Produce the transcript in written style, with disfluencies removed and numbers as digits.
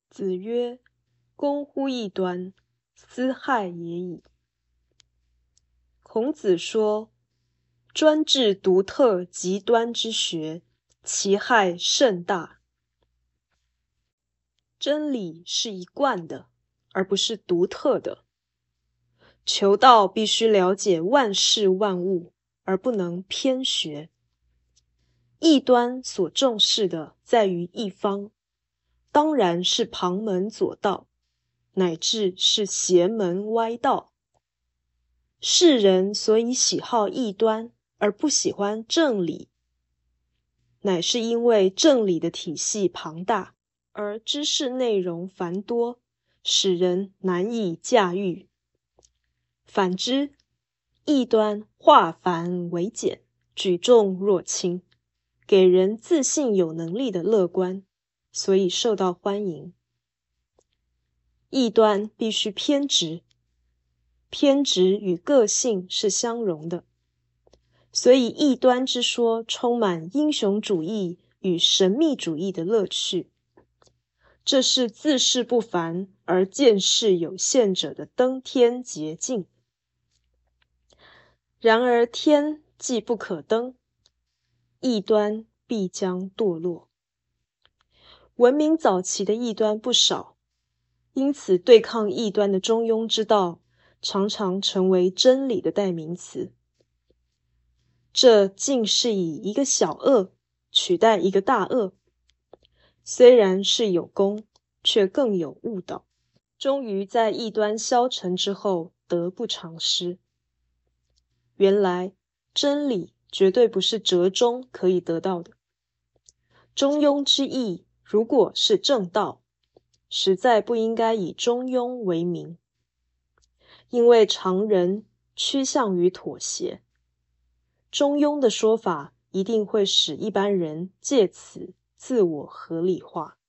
子曰：攻乎异端，斯害也已。孔子说，专治独特极端之学，其害甚大。真理是一贯的，而不是独特的。求道必须了解万事万物，而不能偏学。异端所重视的在于一方，当然是旁门左道，乃至是邪门歪道。世人所以喜好异端，而不喜欢正理，乃是因为正理的体系庞大，而知识内容繁多，使人难以驾驭。反之，异端化繁为简，举重若轻，给人自信有能力的乐观，所以受到欢迎。异端必须偏执，偏执与个性是相容的，所以异端之说充满英雄主义与神秘主义的乐趣。这是自视不凡而见识有限者的登天捷径。然而天既不可登，异端必将堕落。文明早期的异端不少，因此对抗异端的中庸之道常常成为真理的代名词。这竟是以一个小恶取代一个大恶，虽然是有功，却更有误导，终于在异端消沉之后得不偿失。原来真理绝对不是折中可以得到的。中庸之义如果是正道，实在不应该以中庸为名，因为常人趋向于妥协，中庸的说法一定会使一般人借此自我合理化。